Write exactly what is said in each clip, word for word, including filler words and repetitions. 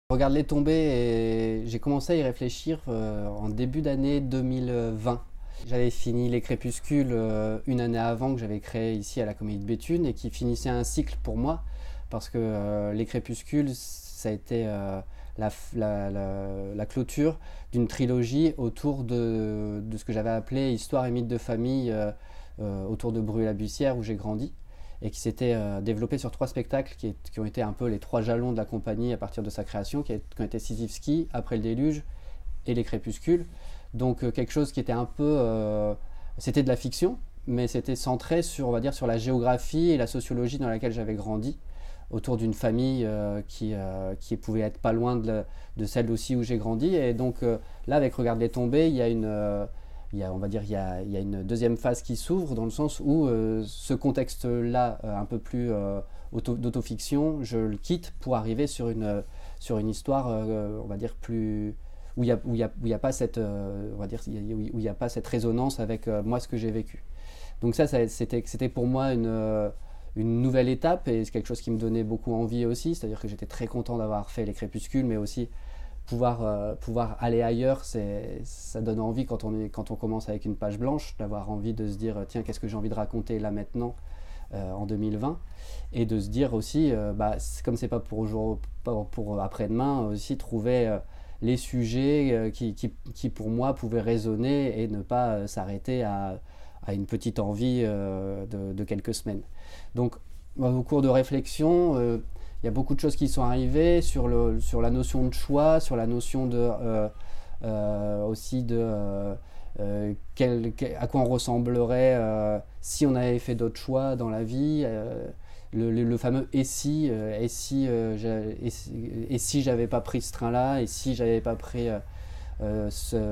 Regarde les tombées et j'ai commencé à y réfléchir euh, en début d'année deux mille vingt. J'avais fini Les Crépuscules euh, une année avant que j'avais créé ici à la Comédie de Béthune et qui finissait un cycle pour moi parce que euh, Les Crépuscules, ça a été euh, la, la- la- la clôture d'une trilogie autour de, de ce que j'avais appelé Histoire et mythes de famille euh, euh, autour de Bru-la-Bussière où j'ai grandi et qui s'était euh, développé sur trois spectacles qui, est- qui ont été un peu les trois jalons de la compagnie à partir de sa création, qui, est- qui ont été Sisypheski, Après le déluge et Les Crépuscules. Donc euh, quelque chose qui était un peu... euh, c'était de la fiction, mais c'était centré sur, on va dire, sur la géographie et la sociologie dans laquelle j'avais grandi, autour d'une famille euh, qui, euh, qui pouvait être pas loin de, la- de celle aussi où j'ai grandi. Et donc euh, là, avec Regarde les tombées, il y a une... euh, il y a, on va dire, il y a, il y a une deuxième phase qui s'ouvre dans le sens où euh, ce contexte-là, euh, un peu plus euh, auto, d'autofiction, je le quitte pour arriver sur une, euh, sur une histoire, euh, on va dire, plus, où il n'y a, où il y a, où il y a pas cette, euh, on va dire, où il y a pas cette résonance avec euh, moi, ce que j'ai vécu. Donc ça, ça c'était, c'était pour moi une, euh, une nouvelle étape et c'est quelque chose qui me donnait beaucoup envie aussi, c'est-à-dire que j'étais très content d'avoir fait Les Crépuscules, mais aussi pouvoir, euh, pouvoir aller ailleurs, c'est, ça donne envie quand on, est, quand on commence avec une page blanche, d'avoir envie de se dire, tiens, qu'est-ce que j'ai envie de raconter là maintenant, euh, en deux mille vingt, et de se dire aussi, euh, bah, c'est, comme c'est pas pour, jour, pour, pour après-demain, aussi trouver euh, les sujets euh, qui, qui, qui, pour moi, pouvaient résonner et ne pas euh, s'arrêter à, à une petite envie euh, de, de quelques semaines. Donc, au cours de réflexion, euh, il y a beaucoup de choses qui sont arrivées sur, le, sur la notion de choix, sur la notion de, euh, euh, aussi de euh, euh, quel, quel- à quoi on ressemblerait euh, si on avait fait d'autres choix dans la vie. Euh, le, le- le fameux et si, euh, et si, euh, et si, et si j'avais pas pris ce train-là, et si j'avais pas pris euh, euh,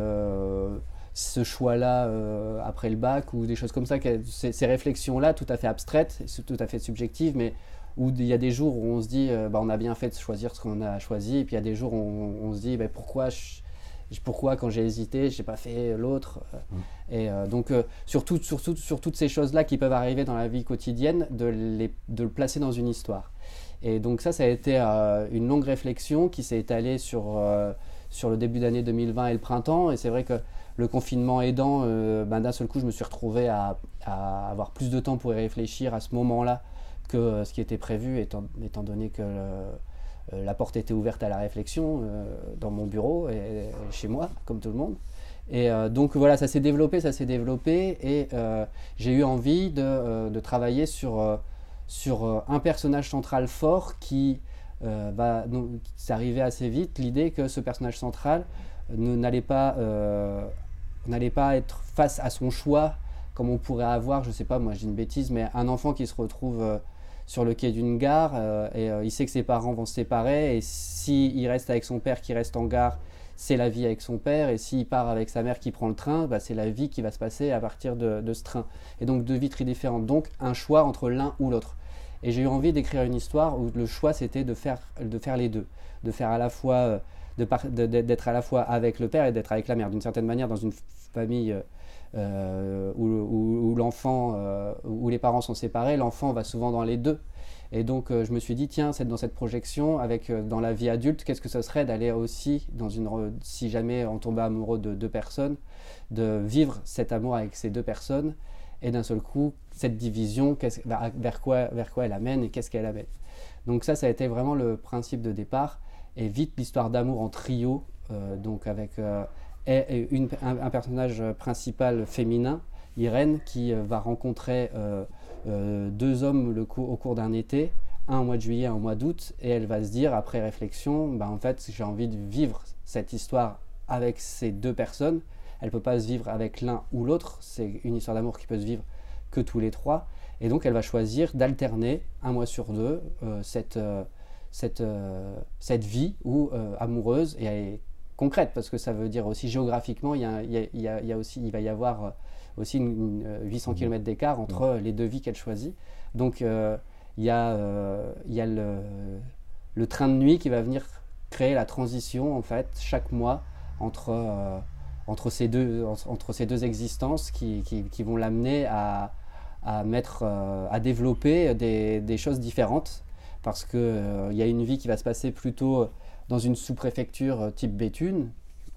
ce, ce choix-là euh, après le bac ou des choses comme ça, ces, ces réflexions-là tout à fait abstraites, tout à fait subjectives, mais où il y a des jours où on se dit euh, bah, on a bien fait de choisir ce qu'on a choisi, et puis il y a des jours où on, on se dit bah, pourquoi, je, pourquoi quand j'ai hésité, j'ai pas fait l'autre. Mm. Et euh, donc euh, sur, tout, sur, tout, sur toutes ces choses-là qui peuvent arriver dans la vie quotidienne, de, les, de le placer dans une histoire. Et donc ça, ça a été euh, une longue réflexion qui s'est étalée sur, euh, sur le début d'année deux mille vingt et le printemps. Et c'est vrai que le confinement aidant, euh, ben, d'un seul coup, je me suis retrouvé à, à avoir plus de temps pour y réfléchir à ce moment-là que euh, ce qui était prévu, étant, étant donné que euh, la porte était ouverte à la réflexion euh, dans mon bureau et, et chez moi, comme tout le monde. Et euh, donc voilà, ça s'est développé, ça s'est développé, et euh, j'ai eu envie de, euh, de travailler sur, euh, sur euh, un personnage central fort qui euh, va, donc, c'est arrivé assez vite, l'idée que ce personnage central ne- n'allait pas, euh, n'allait pas être face à son choix, comme on pourrait avoir, je sais pas, moi je dis une bêtise, mais un enfant qui se retrouve euh, sur le quai d'une gare euh, et euh, il sait que ses parents vont se séparer, et s'il reste avec son père qui reste en gare, c'est la vie avec son père, et s'il part avec sa mère qui prend le train, bah, c'est la vie qui va se passer à partir de, de ce train. Et donc deux vies très différentes, donc un choix entre l'un ou l'autre. Et j'ai eu envie d'écrire une histoire où le choix c'était de faire, de faire les deux, de faire à la fois, euh, de par- de- d'être à la fois avec le père et d'être avec la mère, d'une certaine manière dans une famille euh, où, où- où l'enfant, euh, où les parents sont séparés, l'enfant va souvent dans les deux. Et donc euh, je me suis dit, tiens, c'est dans cette projection, avec euh, dans la vie adulte, qu'est-ce que ce serait d'aller aussi, dans une, re- si jamais on tombait amoureux de deux personnes, de vivre cet amour avec ces deux personnes, et d'un seul coup, cette division, qu'est-ce- vers, vers quoi, vers quoi elle amène et qu'est-ce qu'elle amène. Donc ça, ça a été vraiment le principe de départ, et vite l'histoire d'amour en trio, euh, donc avec euh, et une- un, un personnage principal féminin, Irène, qui euh, va rencontrer euh, euh, deux hommes le cou- au cours d'un été, un au mois de juillet, un au mois d'août, et elle va se dire, après réflexion, bah, en fait, j'ai envie de vivre cette histoire avec ces deux personnes. Elle ne peut pas se vivre avec l'un ou l'autre, c'est une histoire d'amour qui peut se vivre que tous les trois. Et donc, elle va choisir d'alterner, un mois sur deux, euh, cette, euh, cette, euh, cette vie où, euh, amoureuse et concrète, parce que ça veut dire aussi géographiquement, il, y a, il, y a, il, y a, il, y a aussi, il va y avoir euh, aussi une, une, huit cents Mm. kilomètres d'écart entre Mm. les deux vies qu'elle choisit. Donc euh, il y a, euh, il y a le, le train de nuit qui va venir créer la transition en fait chaque mois entre, euh, entre, ces, deux, entre ces deux existences qui, qui, qui vont l'amener à, à, mettre, euh, à développer des, des choses différentes parce qu'il euh, y a une vie qui va se passer plutôt dans une sous-préfecture type Béthune,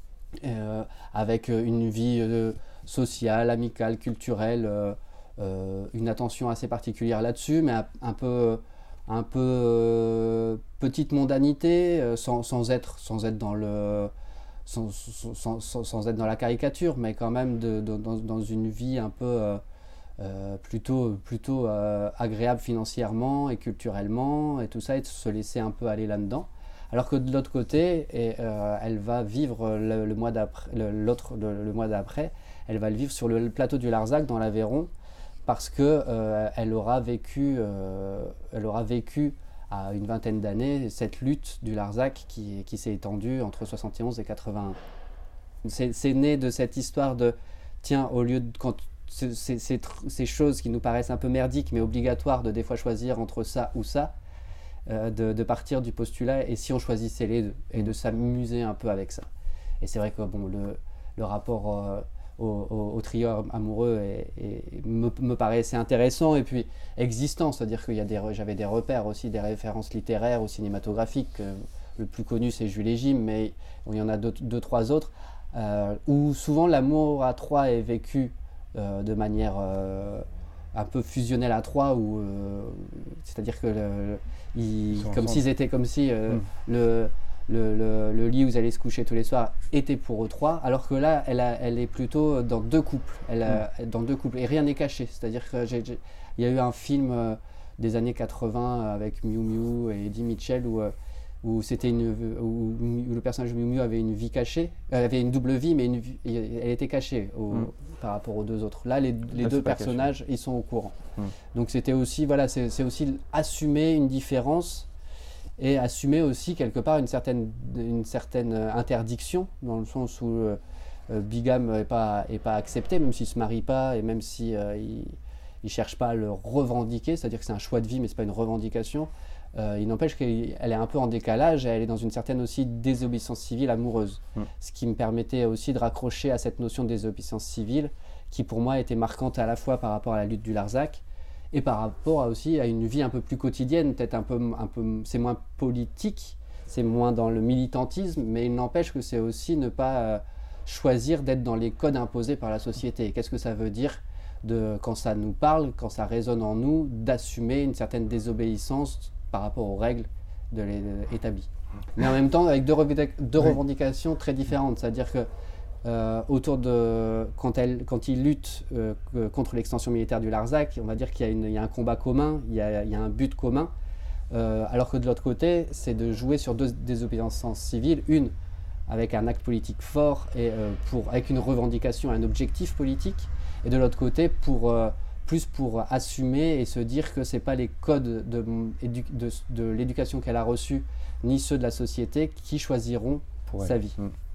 euh, avec une vie euh, sociale, amicale, culturelle, euh, euh, une attention assez particulière là-dessus, mais un, un peu, un peu euh, petite mondanité, euh, sans, sans, être, sans être dans le... Sans, sans, sans, sans être dans la caricature, mais quand même de, de, dans, dans une vie un peu euh, euh, plutôt, plutôt euh, agréable financièrement et culturellement et tout ça, et de se laisser un peu aller là-dedans. Alors que de l'autre côté, et, euh, elle va vivre le, le mois d'après, le, l'autre, le, le mois d'après, elle va le vivre sur le plateau du Larzac dans l'Aveyron, parce que euh, elle aura vécu, euh, elle aura vécu à une vingtaine d'années, cette lutte du Larzac qui, qui s'est étendue entre soixante et onze et quatre-vingt-un. C'est, c'est né de cette histoire de, tiens, au lieu de, quand ces, ces, ces, ces choses qui nous paraissent un peu merdiques, mais obligatoires de des fois choisir entre ça ou ça, euh, de, de partir du postulat, et si on choisissait les deux, et de s'amuser un peu avec ça. Et c'est vrai que bon, le, le rapport euh, au, au, au trio amoureux est, est, me, me paraissait intéressant et puis existant, c'est-à-dire que j'avais des repères aussi, des références littéraires ou cinématographiques. Euh, le plus connu c'est Jules et Jim, mais il y en a deux, deux trois autres, euh, où souvent l'amour à trois est vécu euh, de manière euh, un peu fusionnelle à trois, où, euh, c'est-à-dire que le, ils, comme s'ils étaient comme si euh, mmh. le Le, le, le lit où ils allaient se coucher tous les soirs était pour eux trois, alors que là, elle, a, elle est plutôt dans deux couples, elle a, mmh. dans deux couples, et rien n'est caché. C'est-à-dire qu'il y a eu un film euh, des années quatre-vingts avec Miu Miu et Eddie Mitchell où, euh, où, c'était une, où, où le personnage de Miu Miu avait une vie cachée, elle avait une double vie, mais une vie, elle était cachée au, mmh. par rapport aux deux autres. Là, les, les là, deux personnages, caché. Ils sont au courant. Mmh. Donc c'était aussi, voilà, c'est, c'est aussi assumer une différence et assumer aussi quelque part une certaine, une certaine interdiction, dans le sens où euh, bigame n'est pas, est pas accepté, même s'il ne se marie pas et même s'il euh, ne cherche pas à le revendiquer, c'est-à-dire que c'est un choix de vie mais ce n'est pas une revendication. Euh, il n'empêche qu'elle est un peu en décalage et elle est dans une certaine aussi désobéissance civile amoureuse. Mmh. Ce qui me permettait aussi de raccrocher à cette notion de désobéissance civile qui pour moi était marquante à la fois par rapport à la lutte du Larzac et par rapport à aussi à une vie un peu plus quotidienne, peut-être un peu, un peu, c'est moins politique, c'est moins dans le militantisme, mais il n'empêche que c'est aussi ne pas euh, choisir d'être dans les codes imposés par la société. Qu'est-ce que ça veut dire de, quand ça nous parle, quand ça résonne en nous, d'assumer une certaine désobéissance par rapport aux règles de les, de, établies. Mais en même temps, avec deux, revendic- deux revendications très différentes, c'est-à-dire que Euh, autour de quand, elle, quand ils luttent euh, contre l'extension militaire du Larzac, on va dire qu'il y a, une, il y a un combat commun, il y a, il y a un but commun, euh, alors que de l'autre côté, c'est de jouer sur deux désobéissances civiles, une avec un acte politique fort et euh, pour, avec une revendication, un objectif politique, et de l'autre côté pour euh, plus pour assumer et se dire que c'est pas les codes de, de, de, de l'éducation qu'elle a reçue ni ceux de la société qui choisiront pour sa vie. Mmh.